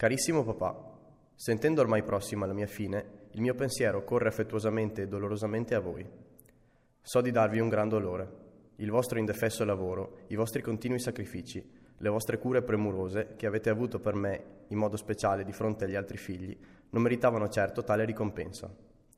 Carissimo papà, sentendo ormai prossima la mia fine, il mio pensiero corre affettuosamente e dolorosamente a voi. So di darvi un gran dolore. Il vostro indefesso lavoro, i vostri continui sacrifici, le vostre cure premurose che avete avuto per me, in modo speciale di fronte agli altri figli, non meritavano certo tale ricompensa.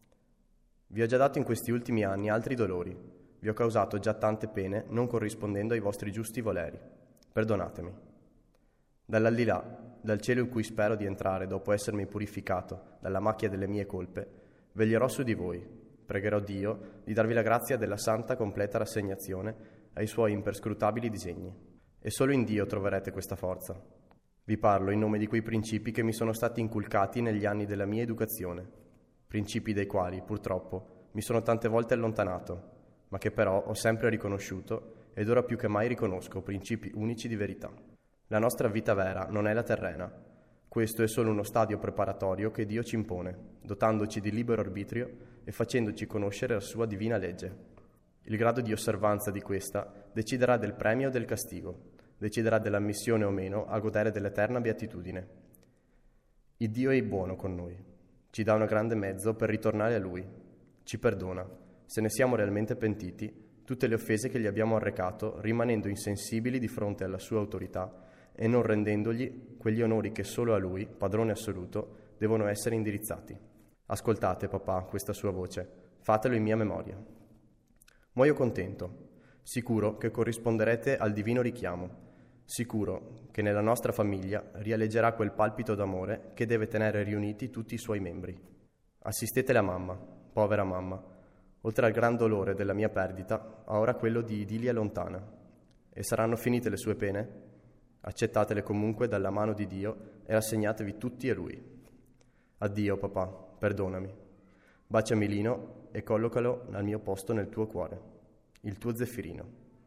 Vi ho già dato in questi ultimi anni altri dolori, vi ho causato già tante pene non corrispondendo ai vostri giusti voleri. Perdonatemi. Dall'aldilà, dal cielo in cui spero di entrare dopo essermi purificato dalla macchia delle mie colpe, veglierò su di voi, pregherò Dio di darvi la grazia della santa completa rassegnazione ai suoi imperscrutabili disegni. E solo in Dio troverete questa forza. Vi parlo in nome di quei principi che mi sono stati inculcati negli anni della mia educazione, principi dai quali, purtroppo, mi sono tante volte allontanato, ma che però ho sempre riconosciuto ed ora più che mai riconosco principi unici di verità. La nostra vita vera non è la terrena. Questo è solo uno stadio preparatorio che Dio ci impone, dotandoci di libero arbitrio e facendoci conoscere la sua divina legge. Il grado di osservanza di questa deciderà del premio o del castigo, deciderà dell'ammissione o meno a godere dell'eterna beatitudine. Il Dio è buono con noi, ci dà un grande mezzo per ritornare a Lui, ci perdona, se ne siamo realmente pentiti, tutte le offese che gli abbiamo arrecato, rimanendo insensibili di fronte alla sua autorità e non rendendogli quegli onori che solo a Lui, padrone assoluto, devono essere indirizzati. Ascoltate, papà, questa sua voce, fatelo in mia memoria. Muoio contento, sicuro che corrisponderete al divino richiamo, sicuro che nella nostra famiglia rialeggerà quel palpito d'amore che deve tenere riuniti tutti i suoi membri. Assistete la mamma, povera mamma, oltre al gran dolore della mia perdita, ha ora quello di idilia lontana. E saranno finite le sue pene? Accettatele comunque dalla mano di Dio e rassegnatevi tutti a Lui. Addio, papà, perdonami. Baciami Lino e collocalo al mio posto nel tuo cuore. Il tuo Zeffirino.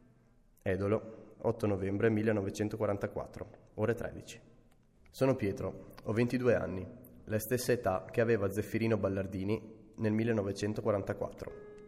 Edolo, 8 novembre 1944, ore 13. Sono Pietro, ho 22 anni, la stessa età che aveva Zeffirino Ballardini nel 1944.